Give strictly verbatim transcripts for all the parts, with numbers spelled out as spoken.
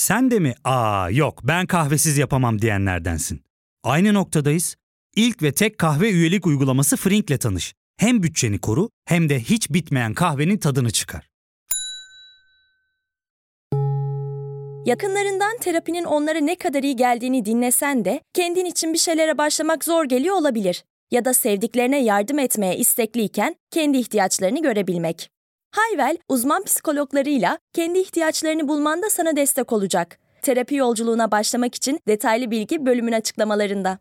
Sen de mi "Aa yok ben kahvesiz yapamam" diyenlerdensin? Aynı noktadayız. İlk ve tek kahve üyelik uygulaması Frink'le tanış. Hem bütçeni koru hem de hiç bitmeyen kahvenin tadını çıkar. Yakınlarından terapinin onlara ne kadar iyi geldiğini dinlesen de kendin için bir şeylere başlamak zor geliyor olabilir. Ya da sevdiklerine yardım etmeye istekliyken kendi ihtiyaçlarını görebilmek. Hayvel, uzman psikologlarıyla kendi ihtiyaçlarını bulmanda sana destek olacak. Terapi yolculuğuna başlamak için detaylı bilgi bölümün açıklamalarında.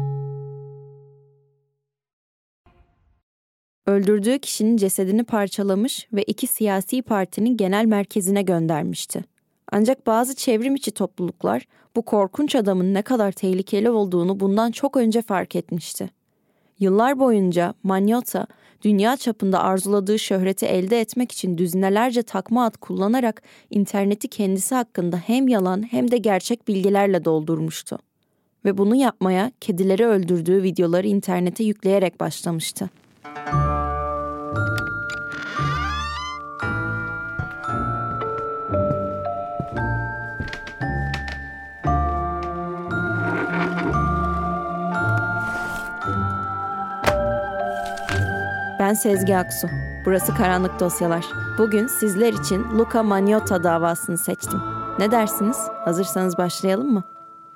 Öldürdüğü kişinin cesedini parçalamış ve iki siyasi partinin genel merkezine göndermişti. Ancak bazı çevrim içi topluluklar bu korkunç adamın ne kadar tehlikeli olduğunu bundan çok önce fark etmişti. Yıllar boyunca Magnotta, dünya çapında arzuladığı şöhreti elde etmek için düzinelerce takma ad kullanarak interneti kendisi hakkında hem yalan hem de gerçek bilgilerle doldurmuştu. Ve bunu yapmaya kedileri öldürdüğü videoları internete yükleyerek başlamıştı. Ben Sezgi Aksu. Burası Karanlık Dosyalar. Bugün sizler için Luca Magnotta davasını seçtim. Ne dersiniz? Hazırsanız başlayalım mı?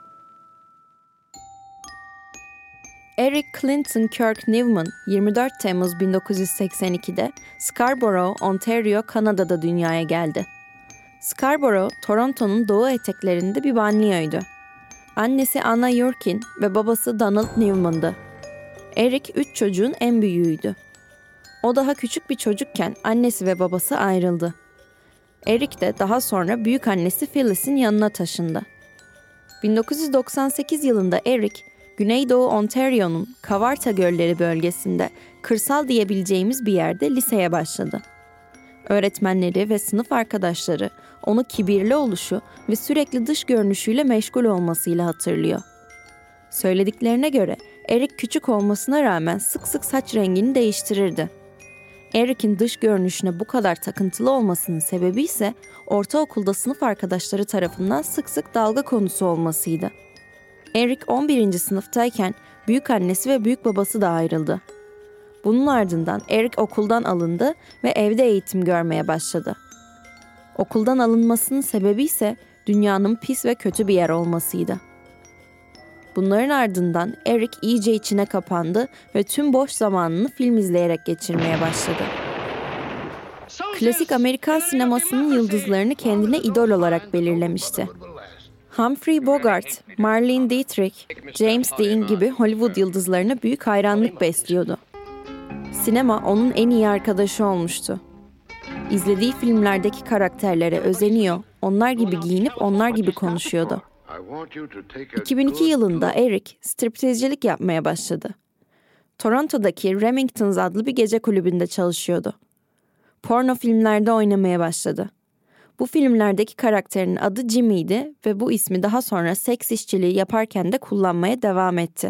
Eric Clinton Kirk Newman yirmi dört Temmuz bin dokuz yüz seksen ikide Scarborough, Ontario, Kanada'da dünyaya geldi. Scarborough, Toronto'nun doğu eteklerinde bir banliyoydu. Annesi Anna Yurkin ve babası Donald Newman'dı. Eric üç çocuğun en büyüğüydü. O daha küçük bir çocukken annesi ve babası ayrıldı. Eric de daha sonra büyük annesi Phyllis'in yanına taşındı. bin dokuz yüz doksan sekiz yılında Eric, Güneydoğu Ontario'nun Kawartha Gölleri bölgesinde kırsal diyebileceğimiz bir yerde liseye başladı. Öğretmenleri ve sınıf arkadaşları onu kibirli oluşu ve sürekli dış görünüşüyle meşgul olmasıyla hatırlıyor. Söylediklerine göre Eric küçük olmasına rağmen sık sık saç rengini değiştirirdi. Eric'in dış görünüşüne bu kadar takıntılı olmasının sebebi ise ortaokulda sınıf arkadaşları tarafından sık sık dalga konusu olmasıydı. Eric on birinci sınıftayken büyük annesi ve büyük babası da ayrıldı. Bunun ardından Eric okuldan alındı ve evde eğitim görmeye başladı. Okuldan alınmasının sebebi ise dünyanın pis ve kötü bir yer olmasıydı. Bunların ardından Eric iyice içine kapandı ve tüm boş zamanını film izleyerek geçirmeye başladı. Klasik Amerikan sinemasının yıldızlarını kendine idol olarak belirlemişti. Humphrey Bogart, Marlene Dietrich, James Dean gibi Hollywood yıldızlarına büyük hayranlık besliyordu. Sinema onun en iyi arkadaşı olmuştu. İzlediği filmlerdeki karakterlere özeniyor, onlar gibi giyinip onlar gibi konuşuyordu. iki bin iki yılında Eric striptizcilik yapmaya başladı. Toronto'daki Remingtons adlı bir gece kulübünde çalışıyordu. Porno filmlerde oynamaya başladı. Bu filmlerdeki karakterinin adı Jimmy'ydi ve bu ismi daha sonra seks işçiliği yaparken de kullanmaya devam etti.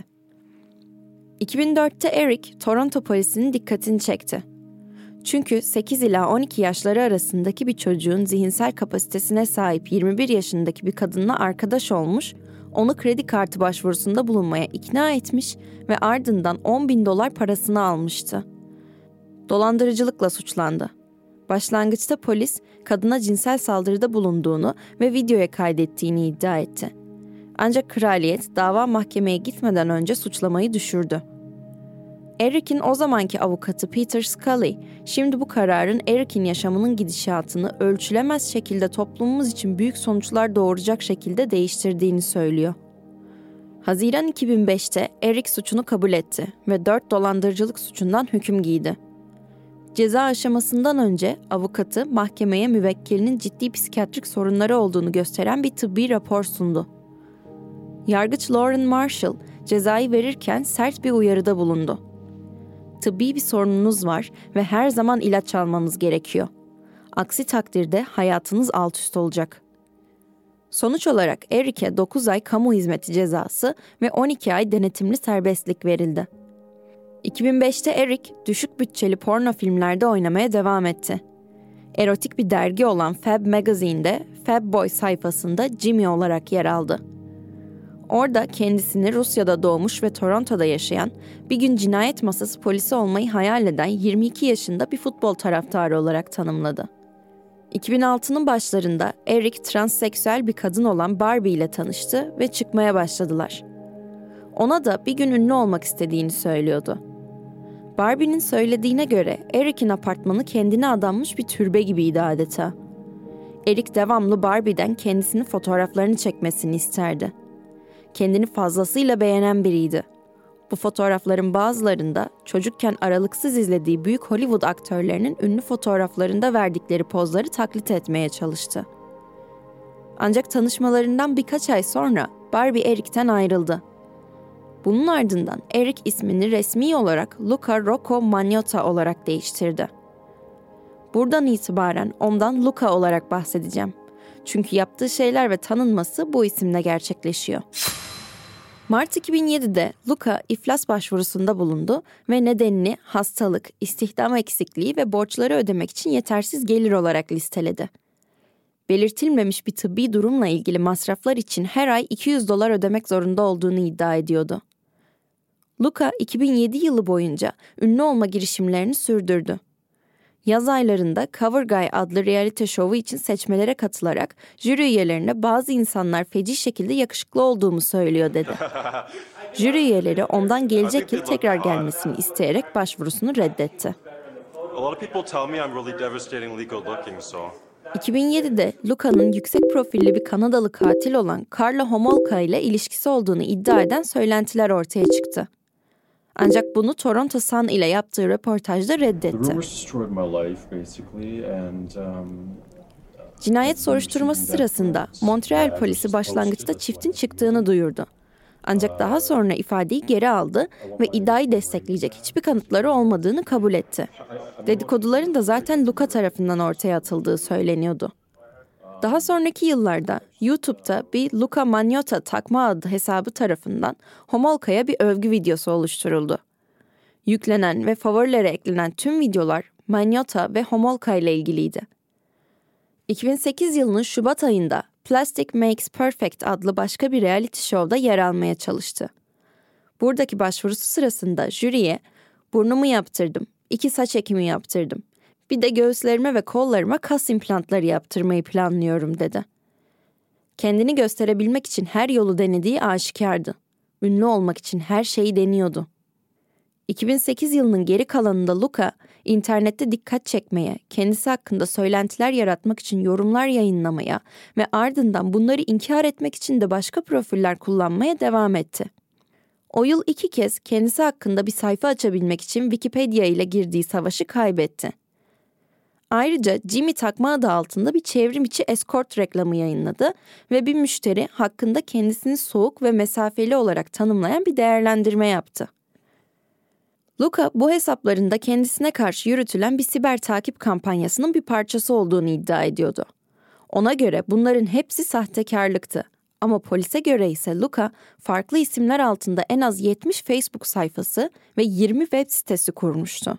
iki bin dörtte Eric, Toronto polisinin dikkatini çekti. Çünkü sekiz ila on iki yaşları arasındaki bir çocuğun zihinsel kapasitesine sahip yirmi bir yaşındaki bir kadınla arkadaş olmuş, onu kredi kartı başvurusunda bulunmaya ikna etmiş ve ardından on bin dolar parasını almıştı. Dolandırıcılıkla suçlandı. Başlangıçta polis, kadına cinsel saldırıda bulunduğunu ve videoya kaydettiğini iddia etti. Ancak kraliyet dava mahkemeye gitmeden önce suçlamayı düşürdü. Eric'in o zamanki avukatı Peter Scully, şimdi bu kararın Eric'in yaşamının gidişatını ölçülemez şekilde toplumumuz için büyük sonuçlar doğuracak şekilde değiştirdiğini söylüyor. Haziran iki bin beşte Eric suçunu kabul etti ve dört dolandırıcılık suçundan hüküm giydi. Ceza aşamasından önce avukatı mahkemeye müvekkilinin ciddi psikiyatrik sorunları olduğunu gösteren bir tıbbi rapor sundu. Yargıç Lauren Marshall cezayı verirken sert bir uyarıda bulundu. Tıbbi bir sorununuz var ve her zaman ilaç almanız gerekiyor. Aksi takdirde hayatınız alt üst olacak. Sonuç olarak Eric'e dokuz ay kamu hizmeti cezası ve on iki ay denetimli serbestlik verildi. iki bin beşte Eric, düşük bütçeli porno filmlerde oynamaya devam etti. Erotik bir dergi olan Fab Magazine'de Fab Boy sayfasında Jimmy olarak yer aldı. Orada kendisini Rusya'da doğmuş ve Toronto'da yaşayan, bir gün cinayet masası polisi olmayı hayal eden yirmi iki yaşında bir futbol taraftarı olarak tanımladı. iki bin altının başlarında Eric transseksüel bir kadın olan Barbie ile tanıştı ve çıkmaya başladılar. Ona da bir gün ünlü olmak istediğini söylüyordu. Barbie'nin söylediğine göre Eric'in apartmanı kendine adanmış bir türbe gibiydi adeta. Eric devamlı Barbie'den kendisinin fotoğraflarını çekmesini isterdi. Kendini fazlasıyla beğenen biriydi. Bu fotoğrafların bazılarında çocukken aralıksız izlediği büyük Hollywood aktörlerinin ünlü fotoğraflarında verdikleri pozları taklit etmeye çalıştı. Ancak tanışmalarından birkaç ay sonra Barbie Eric'ten ayrıldı. Bunun ardından Eric ismini resmi olarak Luca Rocco Magnotta olarak değiştirdi. Buradan itibaren ondan Luca olarak bahsedeceğim. Çünkü yaptığı şeyler ve tanınması bu isimle gerçekleşiyor. Mart iki bin yedide Luca iflas başvurusunda bulundu ve nedenini hastalık, istihdam eksikliği ve borçları ödemek için yetersiz gelir olarak listeledi. Belirtilmemiş bir tıbbi durumla ilgili masraflar için her ay iki yüz dolar ödemek zorunda olduğunu iddia ediyordu. Luca iki bin yedi yılı boyunca ünlü olma girişimlerini sürdürdü. Yaz aylarında Cover Guy adlı reality şovu için seçmelere katılarak jüri üyelerine bazı insanlar feci şekilde yakışıklı olduğumu söylüyor dedi. Jüri üyeleri ondan gelecek yıl tekrar gelmesini isteyerek başvurusunu reddetti. iki bin yedide Luca'nın yüksek profilli bir Kanadalı katil olan Karla Homolka ile ilişkisi olduğunu iddia eden söylentiler ortaya çıktı. Ancak bunu Toronto Sun ile yaptığı röportajda reddetti. Cinayet soruşturması sırasında Montreal polisi başlangıçta çiftin çıktığını duyurdu. Ancak daha sonra ifadeyi geri aldı ve iddiayı destekleyecek hiçbir kanıtları olmadığını kabul etti. Dedikoduların da zaten Luca tarafından ortaya atıldığı söyleniyordu. Daha sonraki yıllarda YouTube'da bir Luca Magnotta takma adı hesabı tarafından Homolka'ya bir övgü videosu oluşturuldu. Yüklenen ve favorilere eklenen tüm videolar Magnotta ve Homolka ile ilgiliydi. iki bin sekiz yılının Şubat ayında Plastic Makes Perfect adlı başka bir reality show'da yer almaya çalıştı. Buradaki başvurusu sırasında jüriye burnumu yaptırdım, iki saç ekimi yaptırdım. Bir de göğüslerime ve kollarıma kas implantları yaptırmayı planlıyorum dedi. Kendini gösterebilmek için her yolu denediği aşikardı. Ünlü olmak için her şeyi deniyordu. iki bin sekiz yılının geri kalanında Luca, internette dikkat çekmeye, kendisi hakkında söylentiler yaratmak için yorumlar yayınlamaya ve ardından bunları inkar etmek için de başka profiller kullanmaya devam etti. O yıl iki kez kendisi hakkında bir sayfa açabilmek için Wikipedia ile girdiği savaşı kaybetti. Ayrıca Jimmy takma adı altında bir çevrim içi escort reklamı yayınladı ve bir müşteri hakkında kendisini soğuk ve mesafeli olarak tanımlayan bir değerlendirme yaptı. Luca bu hesaplarında kendisine karşı yürütülen bir siber takip kampanyasının bir parçası olduğunu iddia ediyordu. Ona göre bunların hepsi sahtekarlıktı. Ama polise göre ise Luca farklı isimler altında en az yetmiş Facebook sayfası ve yirmi web sitesi kurmuştu.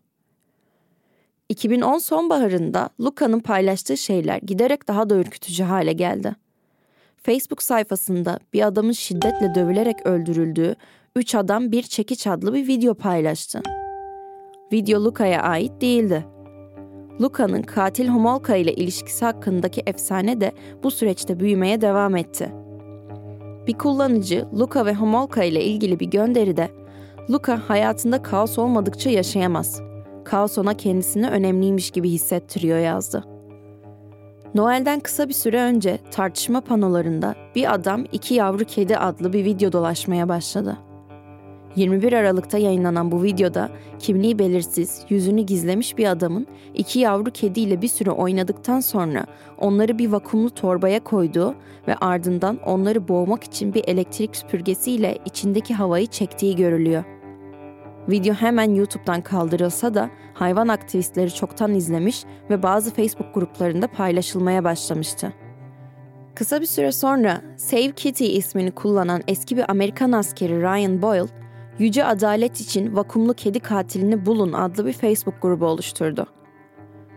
iki bin on sonbaharında Luca'nın paylaştığı şeyler giderek daha da ürkütücü hale geldi. Facebook sayfasında bir adamın şiddetle dövülerek öldürüldüğü Üç Adam Bir Çekiç adlı bir video paylaştı. Video Luca'ya ait değildi. Luca'nın katil Homolka ile ilişkisi hakkındaki efsane de bu süreçte büyümeye devam etti. Bir kullanıcı Luca ve Homolka ile ilgili bir gönderide Luca hayatında kaos olmadıkça yaşayamaz. Kaos ona kendisini önemliymiş gibi hissettiriyor yazdı. Noel'den kısa bir süre önce tartışma panolarında Bir Adam İki Yavru Kedi adlı bir video dolaşmaya başladı. yirmi bir Aralık'ta yayınlanan bu videoda kimliği belirsiz, yüzünü gizlemiş bir adamın iki yavru kediyle bir süre oynadıktan sonra onları bir vakumlu torbaya koyduğu ve ardından onları boğmak için bir elektrik süpürgesiyle içindeki havayı çektiği görülüyor. Video hemen YouTube'dan kaldırılsa da hayvan aktivistleri çoktan izlemiş ve bazı Facebook gruplarında paylaşılmaya başlamıştı. Kısa bir süre sonra Save Kitty ismini kullanan eski bir Amerikan askeri Ryan Boyle, Yüce Adalet için Vakumlu Kedi Katilini Bulun adlı bir Facebook grubu oluşturdu.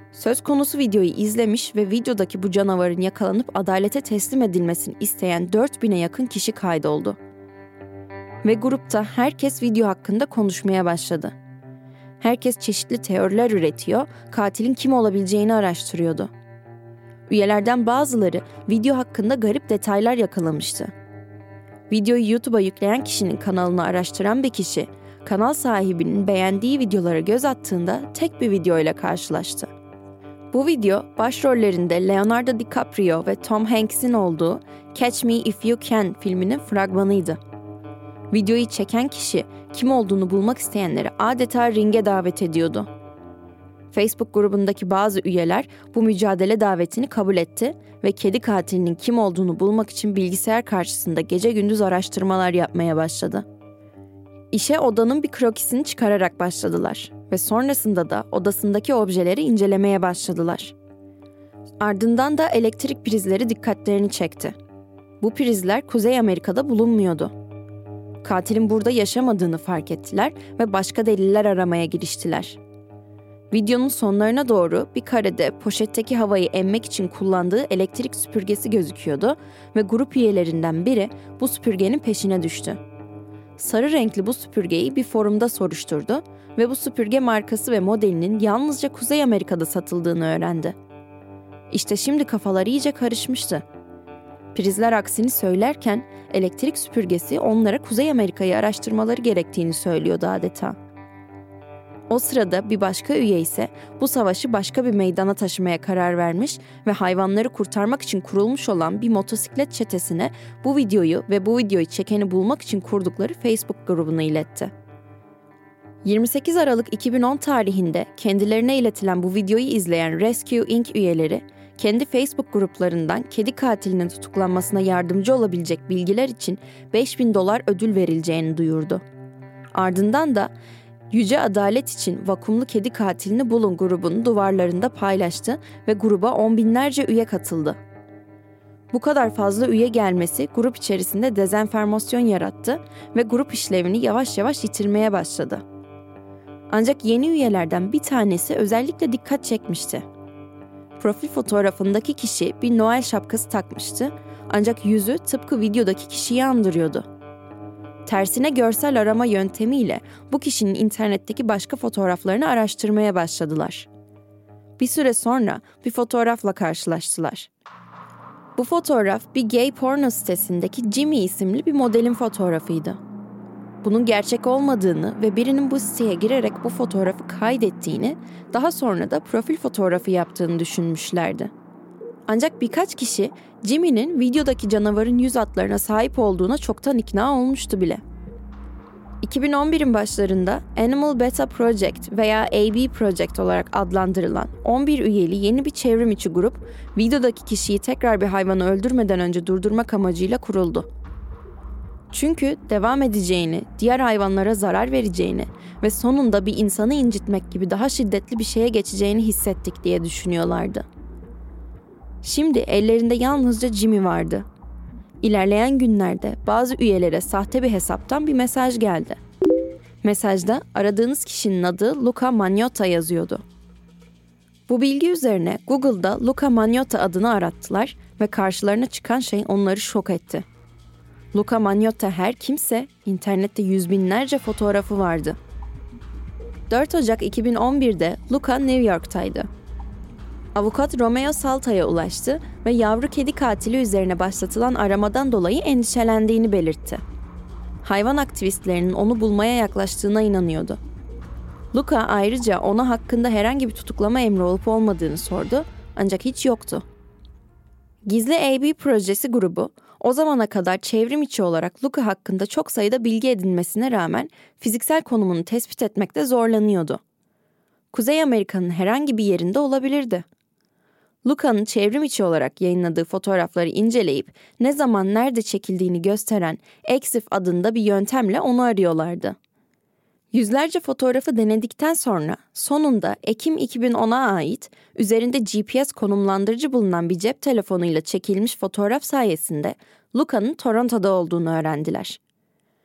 Söz konusu videoyu izlemiş ve videodaki bu canavarın yakalanıp adalete teslim edilmesini isteyen dört bine yakın kişi kaydoldu. Ve grupta herkes video hakkında konuşmaya başladı. Herkes çeşitli teoriler üretiyor, katilin kim olabileceğini araştırıyordu. Üyelerden bazıları video hakkında garip detaylar yakalamıştı. Videoyu YouTube'a yükleyen kişinin kanalını araştıran bir kişi, kanal sahibinin beğendiği videolara göz attığında tek bir video ile karşılaştı. Bu video, başrollerinde Leonardo DiCaprio ve Tom Hanks'in olduğu Catch Me If You Can filminin fragmanıydı. Videoyu çeken kişi, kim olduğunu bulmak isteyenleri adeta ringe davet ediyordu. Facebook grubundaki bazı üyeler bu mücadele davetini kabul etti ve kedi katilinin kim olduğunu bulmak için bilgisayar karşısında gece gündüz araştırmalar yapmaya başladı. İşe odanın bir krokisini çıkararak başladılar ve sonrasında da odasındaki objeleri incelemeye başladılar. Ardından da elektrik prizleri dikkatlerini çekti. Bu prizler Kuzey Amerika'da bulunmuyordu. Katilin burada yaşamadığını fark ettiler ve başka deliller aramaya giriştiler. Videonun sonlarına doğru bir karede poşetteki havayı emmek için kullandığı elektrik süpürgesi gözüküyordu ve grup üyelerinden biri bu süpürgenin peşine düştü. Sarı renkli bu süpürgeyi bir forumda soruşturdu ve bu süpürge markası ve modelinin yalnızca Kuzey Amerika'da satıldığını öğrendi. İşte şimdi kafalar iyice karışmıştı. Prizler aksini söylerken elektrik süpürgesi onlara Kuzey Amerika'yı araştırmaları gerektiğini söylüyordu adeta. O sırada bir başka üye ise bu savaşı başka bir meydana taşımaya karar vermiş ve hayvanları kurtarmak için kurulmuş olan bir motosiklet çetesine bu videoyu ve bu videoyu çekeni bulmak için kurdukları Facebook grubuna iletti. yirmi sekiz Aralık iki bin on tarihinde kendilerine iletilen bu videoyu izleyen Rescue Incorporated üyeleri, kendi Facebook gruplarından kedi katilinin tutuklanmasına yardımcı olabilecek bilgiler için beş bin dolar ödül verileceğini duyurdu. Ardından da Yüce Adalet için vakumlu kedi katilini bulun grubunu duvarlarında paylaştı ve gruba on binlerce üye katıldı. Bu kadar fazla üye gelmesi grup içerisinde dezenformasyon yarattı ve grup işlevini yavaş yavaş yitirmeye başladı. Ancak yeni üyelerden bir tanesi özellikle dikkat çekmişti. Profil fotoğrafındaki kişi bir Noel şapkası takmıştı, ancak yüzü tıpkı videodaki kişiyi andırıyordu. Tersine görsel arama yöntemiyle bu kişinin internetteki başka fotoğraflarını araştırmaya başladılar. Bir süre sonra bir fotoğrafla karşılaştılar. Bu fotoğraf bir gay porno sitesindeki Jimmy isimli bir modelin fotoğrafıydı. Bunun gerçek olmadığını ve birinin bu siteye girerek bu fotoğrafı kaydettiğini, daha sonra da profil fotoğrafı yaptığını düşünmüşlerdi. Ancak birkaç kişi Jimmy'nin videodaki canavarın yüz hatlarına sahip olduğuna çoktan ikna olmuştu bile. iki bin on birin başlarında Animal Beta Project veya A B Project olarak adlandırılan on bir üyeli yeni bir çevrim içi grup, videodaki kişiyi tekrar bir hayvanı öldürmeden önce durdurmak amacıyla kuruldu. Çünkü devam edeceğini, diğer hayvanlara zarar vereceğini ve sonunda bir insanı incitmek gibi daha şiddetli bir şeye geçeceğini hissettik diye düşünüyorlardı. Şimdi ellerinde yalnızca Jimmy vardı. İlerleyen günlerde bazı üyelere sahte bir hesaptan bir mesaj geldi. Mesajda aradığınız kişinin adı Luca Magnotta yazıyordu. Bu bilgi üzerine Google'da Luca Magnotta adını arattılar ve karşılarına çıkan şey onları şok etti. Luca Magnotta her kimse, internette yüz binlerce fotoğrafı vardı. dört Ocak iki bin on birde Luca New York'taydı. Avukat Romeo Salta'ya ulaştı ve yavru kedi katili üzerine başlatılan aramadan dolayı endişelendiğini belirtti. Hayvan aktivistlerinin onu bulmaya yaklaştığına inanıyordu. Luca ayrıca ona hakkında herhangi bir tutuklama emri olup olmadığını sordu, ancak hiç yoktu. Gizli A B projesi grubu, o zamana kadar çevrim içi olarak Luca hakkında çok sayıda bilgi edinmesine rağmen fiziksel konumunu tespit etmekte zorlanıyordu. Kuzey Amerika'nın herhangi bir yerinde olabilirdi. Luca'nın çevrim içi olarak yayınladığı fotoğrafları inceleyip ne zaman nerede çekildiğini gösteren EXIF adında bir yöntemle onu arıyorlardı. Yüzlerce fotoğrafı denedikten sonra sonunda Ekim iki bin ona ait üzerinde G P S konumlandırıcı bulunan bir cep telefonuyla çekilmiş fotoğraf sayesinde Luca'nın Toronto'da olduğunu öğrendiler.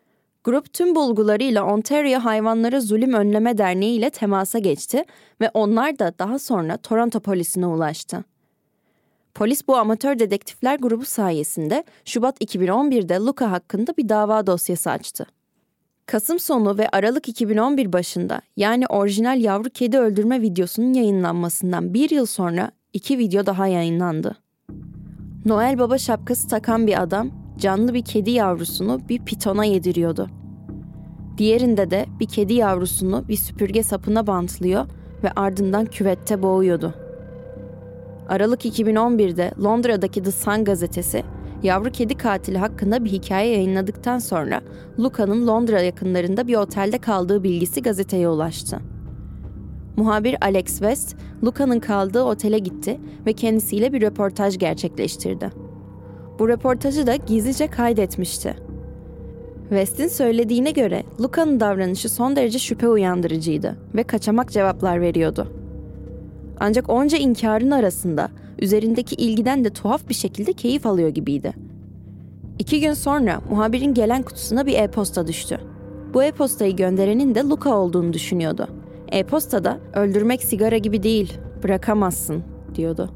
Grup tüm bulgularıyla Ontario Hayvanlara Zulüm Önleme Derneği ile temasa geçti ve onlar da daha sonra Toronto polisine ulaştı. Polis bu amatör dedektifler grubu sayesinde Şubat iki bin on birde Luca hakkında bir dava dosyası açtı. Kasım sonu ve Aralık iki bin on bir başında, yani orijinal yavru kedi öldürme videosunun yayınlanmasından bir yıl sonra iki video daha yayınlandı. Noel Baba şapkası takan bir adam, canlı bir kedi yavrusunu bir pitona yediriyordu. Diğerinde de bir kedi yavrusunu bir süpürge sapına bantlıyor ve ardından küvette boğuyordu. Aralık iki bin on birde Londra'daki The Sun gazetesi, yavru kedi katili hakkında bir hikaye yayınladıktan sonra Luca'nın Londra yakınlarında bir otelde kaldığı bilgisi gazeteye ulaştı. Muhabir Alex West, Luca'nın kaldığı otele gitti ve kendisiyle bir röportaj gerçekleştirdi. Bu röportajı da gizlice kaydetmişti. West'in söylediğine göre Luca'nın davranışı son derece şüphe uyandırıcıydı ve kaçamak cevaplar veriyordu. Ancak onca inkarın arasında üzerindeki ilgiden de tuhaf bir şekilde keyif alıyor gibiydi. İki gün sonra muhabirin gelen kutusuna bir e-posta düştü. Bu e-postayı gönderenin de Luca olduğunu düşünüyordu. E-postada öldürmek sigara gibi değil, bırakamazsın diyordu.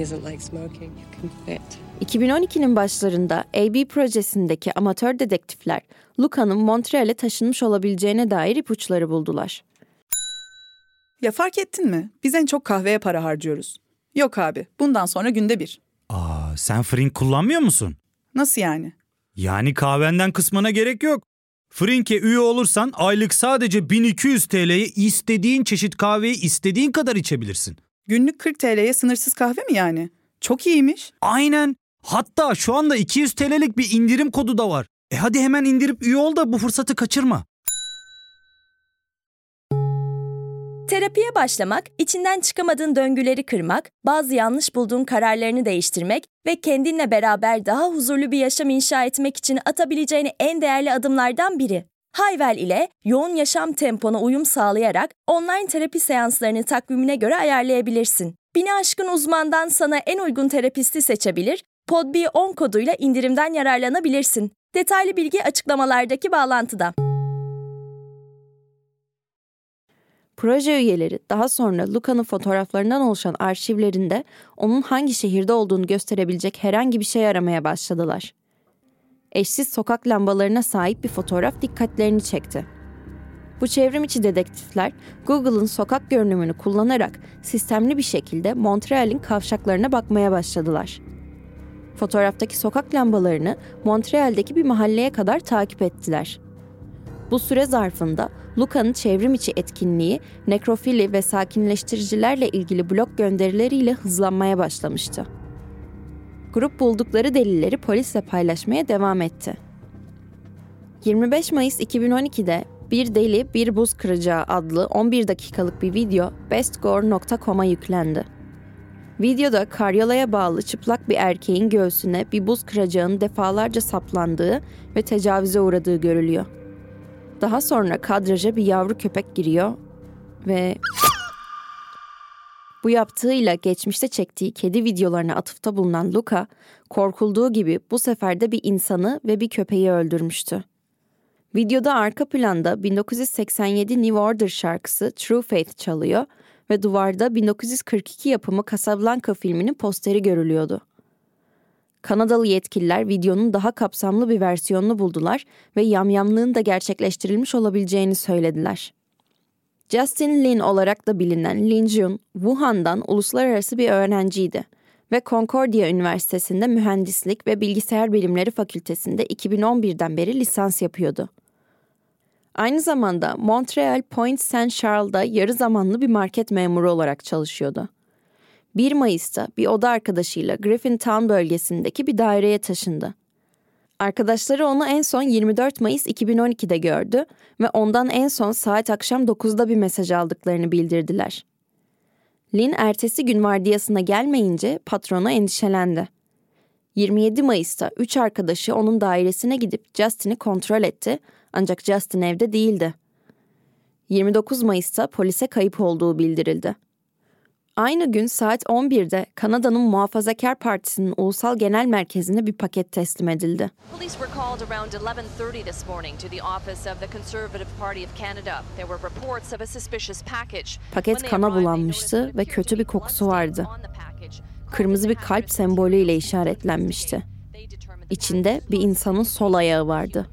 iki bin on ikinin başlarında A B projesindeki amatör dedektifler Luca'nın Montreal'e taşınmış olabileceğine dair ipuçları buldular. Ya fark ettin mi? Biz en çok kahveye para harcıyoruz. Yok abi, bundan sonra günde bir. Aa, sen Frink kullanmıyor musun? Nasıl yani? Yani kahvenden kısmına gerek yok. Frink'e üye olursan aylık sadece bin iki yüz T L'ye istediğin çeşit kahveyi istediğin kadar içebilirsin. Günlük kırk T L'ye sınırsız kahve mi yani? Çok iyiymiş. Aynen. Hatta şu anda iki yüz T L'lik bir indirim kodu da var. E hadi hemen indirip üye ol da bu fırsatı kaçırma. Terapiye başlamak, içinden çıkamadığın döngüleri kırmak, bazı yanlış bulduğun kararlarını değiştirmek ve kendinle beraber daha huzurlu bir yaşam inşa etmek için atabileceğin en değerli adımlardan biri. Hayvel ile yoğun yaşam tempona uyum sağlayarak online terapi seanslarını takvimine göre ayarlayabilirsin. Bini aşkın uzmandan sana en uygun terapisti seçebilir, P O D B on koduyla indirimden yararlanabilirsin. Detaylı bilgi açıklamalardaki bağlantıda. Proje üyeleri daha sonra Luca'nın fotoğraflarından oluşan arşivlerinde onun hangi şehirde olduğunu gösterebilecek herhangi bir şey aramaya başladılar. Eşsiz sokak lambalarına sahip bir fotoğraf dikkatlerini çekti. Bu çevrim içi dedektifler Google'ın sokak görünümünü kullanarak sistemli bir şekilde Montreal'in kavşaklarına bakmaya başladılar. Fotoğraftaki sokak lambalarını Montreal'deki bir mahalleye kadar takip ettiler. Bu süre zarfında Luca'nın çevrim içi etkinliği, nekrofili ve sakinleştiricilerle ilgili blog gönderileriyle hızlanmaya başlamıştı. Grup buldukları delilleri polisle paylaşmaya devam etti. yirmi beş Mayıs iki bin on ikide Bir Deli Bir Buz Kıracağı adlı on bir dakikalık bir video bestgore nokta com'a yüklendi. Videoda karyolaya bağlı çıplak bir erkeğin göğsüne bir buz kıracağının defalarca saplandığı ve tecavüze uğradığı görülüyor. Daha sonra kadraja bir yavru köpek giriyor ve bu yaptığıyla geçmişte çektiği kedi videolarına atıfta bulunan Luca, korkulduğu gibi bu sefer de bir insanı ve bir köpeği öldürmüştü. Videoda arka planda bin dokuz yüz seksen yedi New Order şarkısı True Faith çalıyor ve duvarda bin dokuz yüz kırk iki yapımı Casablanca filminin posteri görülüyordu. Kanadalı yetkililer videonun daha kapsamlı bir versiyonunu buldular ve yamyamlığın da gerçekleştirilmiş olabileceğini söylediler. Justin Lin olarak da bilinen Lin Jun, Wuhan'dan uluslararası bir öğrenciydi ve Concordia Üniversitesi'nde Mühendislik ve Bilgisayar Bilimleri Fakültesi'nde iki bin on birden beri lisans yapıyordu. Aynı zamanda Montreal Point Saint Charles'da yarı zamanlı bir market memuru olarak çalışıyordu. bir Mayıs'ta bir oda arkadaşıyla Griffintown bölgesindeki bir daireye taşındı. Arkadaşları onu en son yirmi dört Mayıs iki bin on ikide gördü ve ondan en son saat akşam dokuzda bir mesaj aldıklarını bildirdiler. Lin ertesi gün vardiyasına gelmeyince patronu endişelendi. yirmi yedi Mayıs'ta üç arkadaşı onun dairesine gidip Justin'i kontrol etti ancak Justin evde değildi. yirmi dokuz Mayıs'ta polise kayıp olduğu bildirildi. Aynı gün saat on birde Kanada'nın Muhafazakar Partisi'nin Ulusal Genel Merkezi'ne bir paket teslim edildi. Police were called around eleven thirty this morning to the office of the Conservative Party of Canada. There were reports of a suspicious package. Paket kana bulanmıştı ve kötü bir kokusu vardı. Kırmızı bir kalp sembolüyle işaretlenmişti. İçinde bir insanın sol ayağı vardı.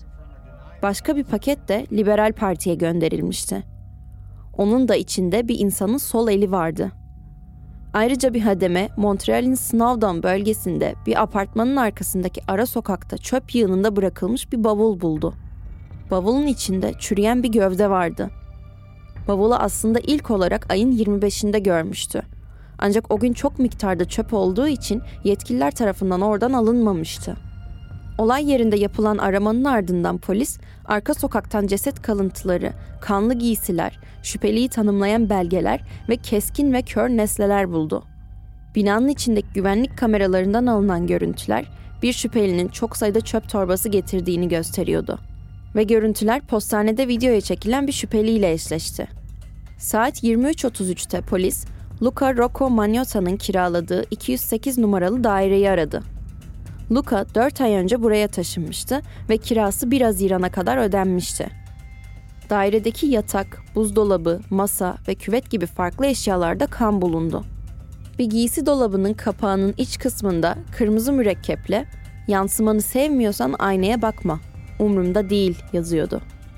Başka bir paket de Liberal Parti'ye gönderilmişti. Onun da içinde bir insanın sol eli vardı. Ayrıca bir hademe Montreal'in Snowdon bölgesinde bir apartmanın arkasındaki ara sokakta çöp yığınında bırakılmış bir bavul buldu. Bavulun içinde çürüyen bir gövde vardı. Bavulu aslında ilk olarak ayın yirmi beşinde görmüştü. Ancak o gün çok miktarda çöp olduğu için yetkililer tarafından oradan alınmamıştı. Olay yerinde yapılan aramanın ardından polis, arka sokaktan ceset kalıntıları, kanlı giysiler, şüpheliyi tanımlayan belgeler ve keskin ve kör nesneler buldu. Binanın içindeki güvenlik kameralarından alınan görüntüler, bir şüphelinin çok sayıda çöp torbası getirdiğini gösteriyordu. Ve görüntüler postanede videoya çekilen bir şüpheliyle eşleşti. Saat yirmi üç otuz üçte polis, Luca Rocco Magnota'nın kiraladığı iki yüz sekiz numaralı daireyi aradı. Luca dört ay önce buraya taşınmıştı ve kirası bir Haziran'a kadar ödenmişti. Dairedeki yatak, buzdolabı, masa ve küvet gibi farklı eşyalarda kan bulundu. Bir giysi dolabının kapağının iç kısmında kırmızı mürekkeple "Yansımanı sevmiyorsan aynaya bakma, umrumda değil" yazıyordu.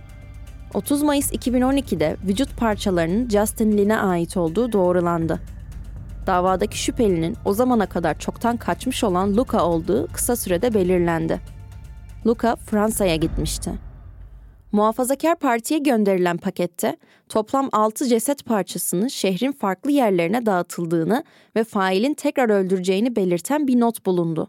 otuz Mayıs iki bin on ikide vücut parçalarının Justin Lin'e ait olduğu doğrulandı. Davadaki şüphelinin o zamana kadar çoktan kaçmış olan Luca olduğu kısa sürede belirlendi. Luca Fransa'ya gitmişti. Muhafazakar Parti'ye gönderilen pakette toplam altı ceset parçasının şehrin farklı yerlerine dağıtıldığını ve failin tekrar öldüreceğini belirten bir not bulundu.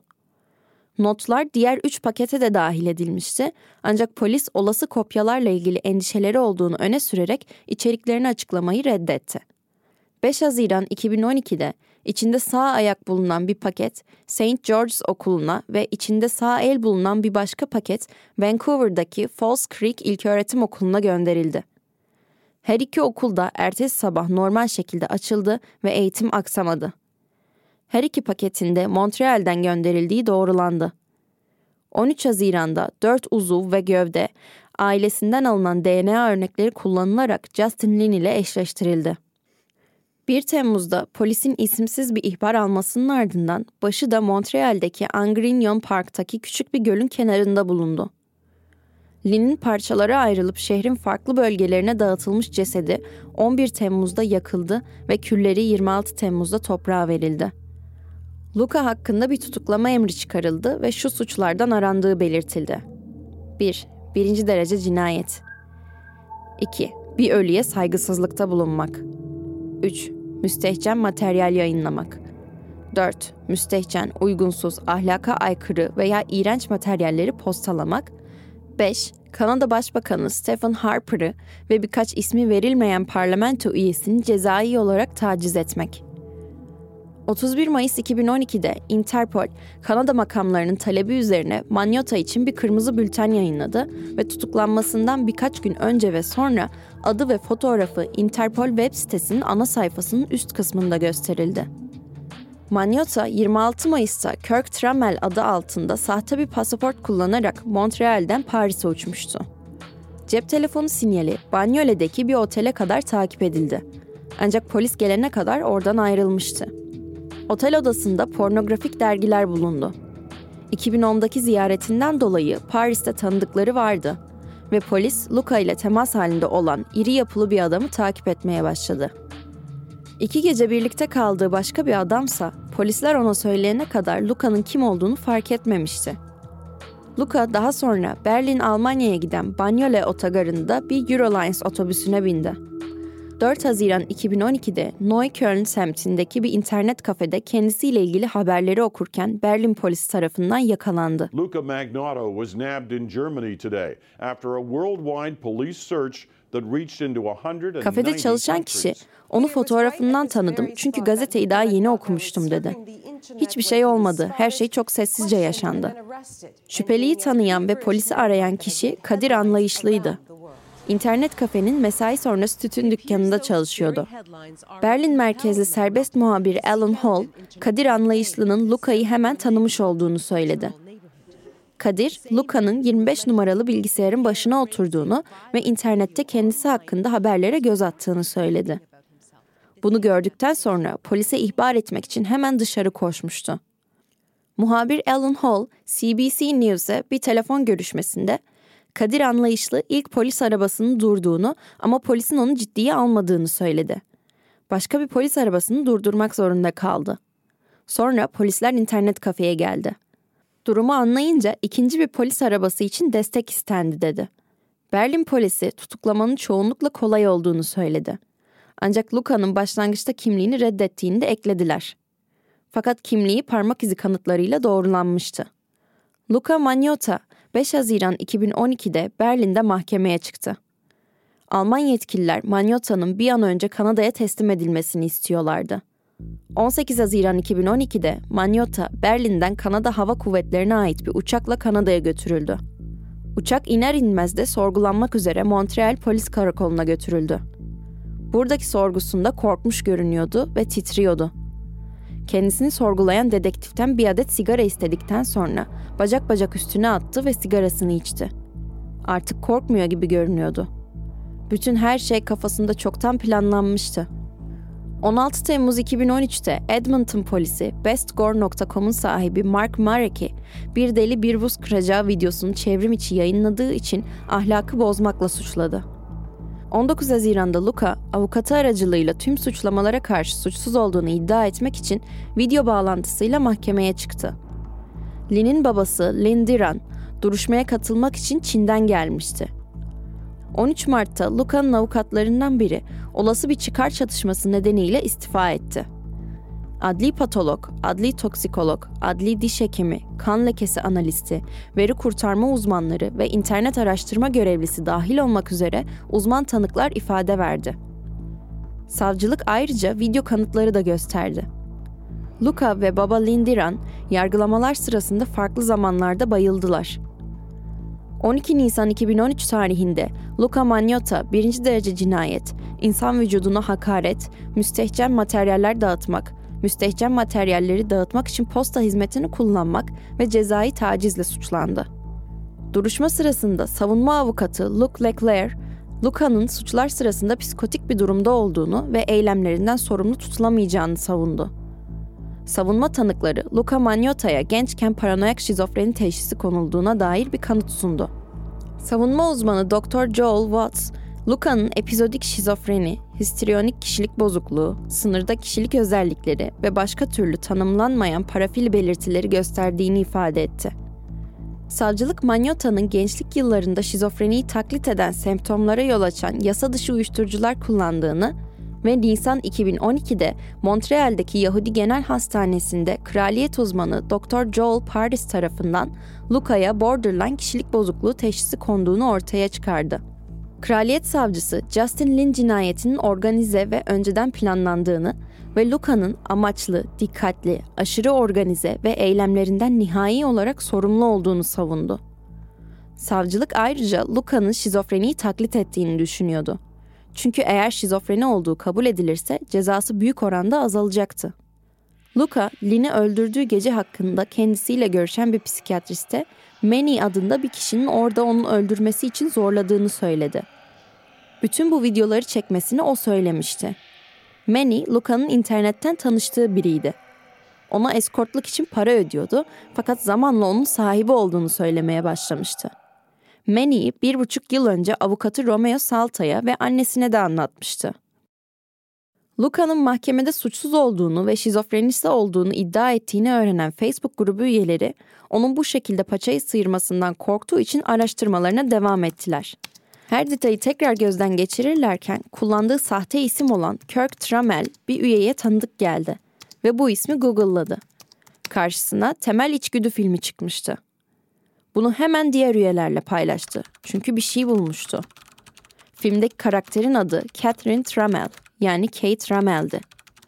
Notlar diğer üç pakete de dahil edilmişti, ancak polis olası kopyalarla ilgili endişeleri olduğunu öne sürerek içeriklerini açıklamayı reddetti. beş Haziran iki bin on ikide içinde sağ ayak bulunan bir paket Saint George's Okulu'na ve içinde sağ el bulunan bir başka paket Vancouver'daki Falls Creek İlköğretim Okulu'na gönderildi. Her iki okul da ertesi sabah normal şekilde açıldı ve eğitim aksamadı. Her iki paketin de Montreal'den gönderildiği doğrulandı. on üç Haziran'da dört uzuv ve gövde ailesinden alınan D N A örnekleri kullanılarak Justin Lin ile eşleştirildi. bir Temmuz'da polisin isimsiz bir ihbar almasının ardından başı da Montreal'deki Angrignon Park'taki küçük bir gölün kenarında bulundu. Lin'in parçalara ayrılıp şehrin farklı bölgelerine dağıtılmış cesedi on bir Temmuz'da yakıldı ve külleri yirmi altı Temmuz'da toprağa verildi. Luca hakkında bir tutuklama emri çıkarıldı ve şu suçlardan arandığı belirtildi. bir Birinci derece cinayet. iki Bir ölüye saygısızlıkta bulunmak. üç Müstehcen materyal yayınlamak. dört Müstehcen, uygunsuz, ahlaka aykırı veya iğrenç materyalleri postalamak. beş Kanada Başbakanı Stephen Harper'ı ve birkaç ismi verilmeyen parlamento üyesini cezai olarak taciz etmek. otuz bir Mayıs iki bin on ikide Interpol, Kanada makamlarının talebi üzerine Magnota için bir kırmızı bülten yayınladı ve tutuklanmasından birkaç gün önce ve sonra adı ve fotoğrafı Interpol web sitesinin ana sayfasının üst kısmında gösterildi. Magnota, yirmi altı Mayıs'ta Kirk Trammell adı altında sahte bir pasaport kullanarak Montreal'den Paris'e uçmuştu. Cep telefonu sinyali Bagnolet'deki bir otele kadar takip edildi. Ancak polis gelene kadar oradan ayrılmıştı. Otel odasında pornografik dergiler bulundu. iki bin ondaki ziyaretinden dolayı Paris'te tanıdıkları vardı ve polis Luca ile temas halinde olan iri yapılı bir adamı takip etmeye başladı. İki gece birlikte kaldığı başka bir adamsa polisler ona söyleyene kadar Luca'nın kim olduğunu fark etmemişti. Luca daha sonra Berlin, Almanya'ya giden Bagnolet otogarında bir Eurolines otobüsüne bindi. dört Haziran iki bin on ikide Neukölln semtindeki bir internet kafede kendisiyle ilgili haberleri okurken Berlin polisi tarafından yakalandı. Luca Magnotta was nabbed in Germany today after a worldwide police search that reached into one hundred ninety Kafede çalışan kişi, onu fotoğrafından tanıdım çünkü gazeteyi daha yeni okumuştum dedi. Hiçbir şey olmadı, her şey çok sessizce yaşandı. Şüpheliyi tanıyan ve polisi arayan kişi Kadir Anlayışlı'ydı. İnternet kafenin mesai sonrası tütün dükkanında çalışıyordu. Berlin merkezli serbest muhabir Alan Hall, Kadir Anlayışlı'nın Luca'yı hemen tanımış olduğunu söyledi. Kadir, Luca'nın yirmi beş numaralı bilgisayarın başına oturduğunu ve internette kendisi hakkında haberlere göz attığını söyledi. Bunu gördükten sonra polise ihbar etmek için hemen dışarı koşmuştu. Muhabir Alan Hall, C B C News'e bir telefon görüşmesinde Kadir Anlayışlı ilk polis arabasının durduğunu ama polisin onu ciddiye almadığını söyledi. Başka bir polis arabasını durdurmak zorunda kaldı. Sonra polisler internet kafeye geldi. Durumu anlayınca ikinci bir polis arabası için destek istendi dedi. Berlin polisi tutuklamanın çoğunlukla kolay olduğunu söyledi. Ancak Luca'nın başlangıçta kimliğini reddettiğini de eklediler. Fakat kimliği parmak izi kanıtlarıyla doğrulanmıştı. Luca Magnotta, beş Haziran iki bin on iki'de Berlin'de mahkemeye çıktı. Alman yetkililer Magnotta'nın bir an önce Kanada'ya teslim edilmesini istiyorlardı. on sekiz Haziran iki bin on iki'de Magnotta, Berlin'den Kanada Hava Kuvvetleri'ne ait bir uçakla Kanada'ya götürüldü. Uçak iner inmez de sorgulanmak üzere Montreal Polis Karakolu'na götürüldü. Buradaki sorgusunda korkmuş görünüyordu ve titriyordu. Kendisini sorgulayan dedektiften bir adet sigara istedikten sonra bacak bacak üstüne attı ve sigarasını içti. Artık korkmuyor gibi görünüyordu. Bütün her şey kafasında çoktan planlanmıştı. on altı Temmuz iki bin on üç'te Edmonton polisi bestgore nokta com'un sahibi Mark Marek'i bir deli bir buz kıracağı videosunu çevrim içi yayınladığı için ahlakı bozmakla suçladı. on dokuz Haziran'da Luca, avukatı aracılığıyla tüm suçlamalara karşı suçsuz olduğunu iddia etmek için video bağlantısıyla mahkemeye çıktı. Lin'in babası Lin Diran, duruşmaya katılmak için Çin'den gelmişti. on üç Mart'ta Luca'nın avukatlarından biri olası bir çıkar çatışması nedeniyle istifa etti. Adli patolog, adli toksikolog, adli diş hekimi, kan lekesi analisti, veri kurtarma uzmanları ve internet araştırma görevlisi dahil olmak üzere uzman tanıklar ifade verdi. Savcılık ayrıca video kanıtları da gösterdi. Luca ve baba Lin Diran, yargılamalar sırasında farklı zamanlarda bayıldılar. on iki Nisan iki bin on üç tarihinde Luca Magnotta birinci derece cinayet, insan vücuduna hakaret, müstehcen materyaller dağıtmak, müstehcen materyalleri dağıtmak için posta hizmetini kullanmak ve cezai tacizle suçlandı. Duruşma sırasında savunma avukatı Luc Leclerc, Luca'nın suçlar sırasında psikotik bir durumda olduğunu ve eylemlerinden sorumlu tutulamayacağını savundu. Savunma tanıkları Luca Magnotta'ya gençken paranoyak şizofreni teşhisi konulduğuna dair bir kanıt sundu. Savunma uzmanı doktor Joel Watts, Luca'nın epizodik şizofreni, histriyonik kişilik bozukluğu, sınırda kişilik özellikleri ve başka türlü tanımlanmayan parafil belirtileri gösterdiğini ifade etti. Savcılık Magnotta'nın gençlik yıllarında şizofreniyi taklit eden semptomlara yol açan yasa dışı uyuşturucular kullandığını ve Nisan iki bin on iki'de Montreal'deki Yahudi Genel Hastanesi'nde kraliyet uzmanı doktor Joel Paris tarafından Luca'ya borderline kişilik bozukluğu teşhisi konduğunu ortaya çıkardı. Kraliyet savcısı Justin Lin cinayetinin organize ve önceden planlandığını ve Luca'nın amaçlı, dikkatli, aşırı organize ve eylemlerinden nihai olarak sorumlu olduğunu savundu. Savcılık ayrıca Luca'nın şizofreniyi taklit ettiğini düşünüyordu. Çünkü eğer şizofreni olduğu kabul edilirse cezası büyük oranda azalacaktı. Luca, Lin'i öldürdüğü gece hakkında kendisiyle görüşen bir psikiyatriste Manny adında bir kişinin orada onu öldürmesi için zorladığını söyledi. Bütün bu videoları çekmesini o söylemişti. Manny, Luca'nın internetten tanıştığı biriydi. Ona eskortluk için para ödüyordu fakat zamanla onun sahibi olduğunu söylemeye başlamıştı. Manny'yi bir buçuk yıl önce avukatı Romeo Salta'ya ve annesine de anlatmıştı. Luca'nın mahkemede suçsuz olduğunu ve şizofrenisi olduğunu iddia ettiğini öğrenen Facebook grubu üyeleri, onun bu şekilde paçayı sıyırmasından korktuğu için araştırmalarına devam ettiler. Her detayı tekrar gözden geçirirlerken kullandığı sahte isim olan Kirk Trammell bir üyeye tanıdık geldi ve bu ismi Google'ladı. Karşısına Temel İçgüdü filmi çıkmıştı. Bunu hemen diğer üyelerle paylaştı çünkü bir şey bulmuştu. Filmdeki karakterin adı Catherine Trammell, yani Kate Trammell'di.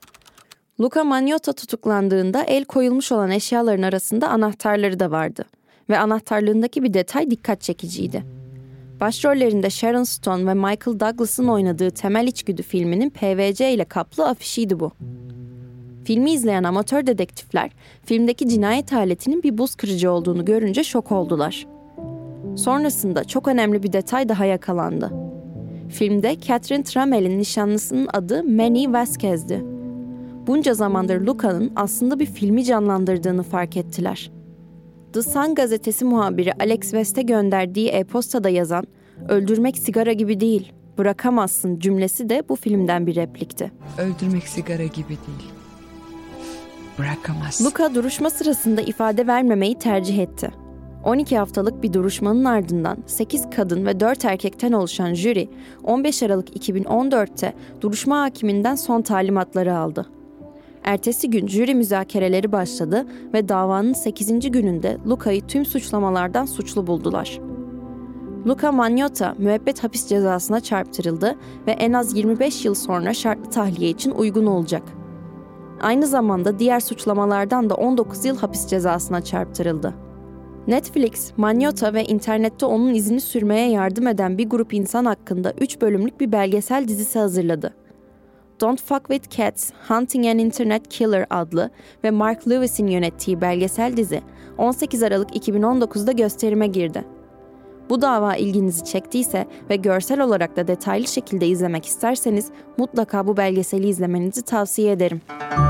Luca Magnotta tutuklandığında el koyulmuş olan eşyaların arasında anahtarları da vardı ve anahtarlığındaki bir detay dikkat çekiciydi. Başrollerinde Sharon Stone ve Michael Douglas'ın oynadığı Temel İçgüdü filminin P V C ile kaplı afişiydi bu. Filmi izleyen amatör dedektifler, filmdeki cinayet aletinin bir buz kırıcı olduğunu görünce şok oldular. Sonrasında çok önemli bir detay daha yakalandı. Filmde Catherine Trammell'in nişanlısının adı Manny Vasquez'di. Bunca zamandır Luca'nın aslında bir filmi canlandırdığını fark ettiler. The Sun gazetesi muhabiri Alex West'e gönderdiği e-postada yazan "Öldürmek sigara gibi değil, bırakamazsın" cümlesi de bu filmden bir replikti. Öldürmek sigara gibi değil, bırakamazsın. Luca duruşma sırasında ifade vermemeyi tercih etti. on iki haftalık bir duruşmanın ardından sekiz kadın ve dört erkekten oluşan jüri on beş Aralık iki bin on dörtte duruşma hakiminden son talimatları aldı. Ertesi gün jüri müzakereleri başladı ve davanın sekizinci gününde Luca'yı tüm suçlamalardan suçlu buldular. Luca Magnotta müebbet hapis cezasına çarptırıldı ve en az yirmi beş yıl sonra şartlı tahliye için uygun olacak. Aynı zamanda diğer suçlamalardan da on dokuz yıl hapis cezasına çarptırıldı. Netflix, Magnotta ve internette onun izini sürmeye yardım eden bir grup insan hakkında üç bölümlük bir belgesel dizisi hazırladı. Don't Fuck With Cats, Hunting an Internet Killer adlı ve Mark Lewis'in yönettiği belgesel dizi on sekiz Aralık iki bin on dokuzda gösterime girdi. Bu dava ilginizi çektiyse ve görsel olarak da detaylı şekilde izlemek isterseniz mutlaka bu belgeseli izlemenizi tavsiye ederim.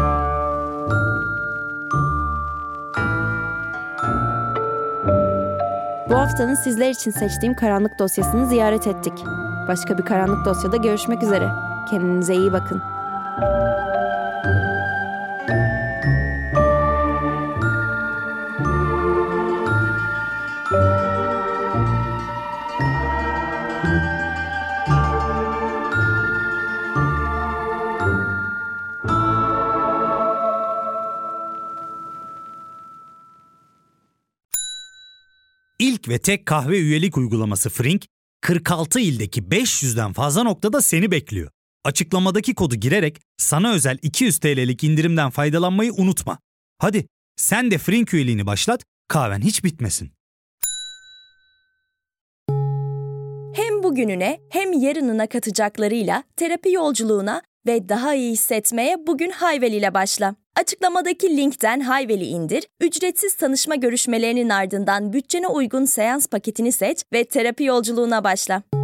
Bu haftanın sizler için seçtiğim karanlık dosyasını ziyaret ettik. Başka bir karanlık dosyada görüşmek üzere. Kendinize iyi bakın. İlk ve tek kahve üyelik uygulaması Frink, kırk altı ildeki beş yüzden fazla noktada seni bekliyor. Açıklamadaki kodu girerek sana özel iki yüz TL'lik indirimden faydalanmayı unutma. Hadi sen de Frink üyeliğini başlat, kahven hiç bitmesin. Hem bugününe hem yarınına katacaklarıyla terapi yolculuğuna ve daha iyi hissetmeye bugün Hayvel ile başla. Açıklamadaki linkten Hayvel'i indir, ücretsiz tanışma görüşmelerinin ardından bütçene uygun seans paketini seç ve terapi yolculuğuna başla.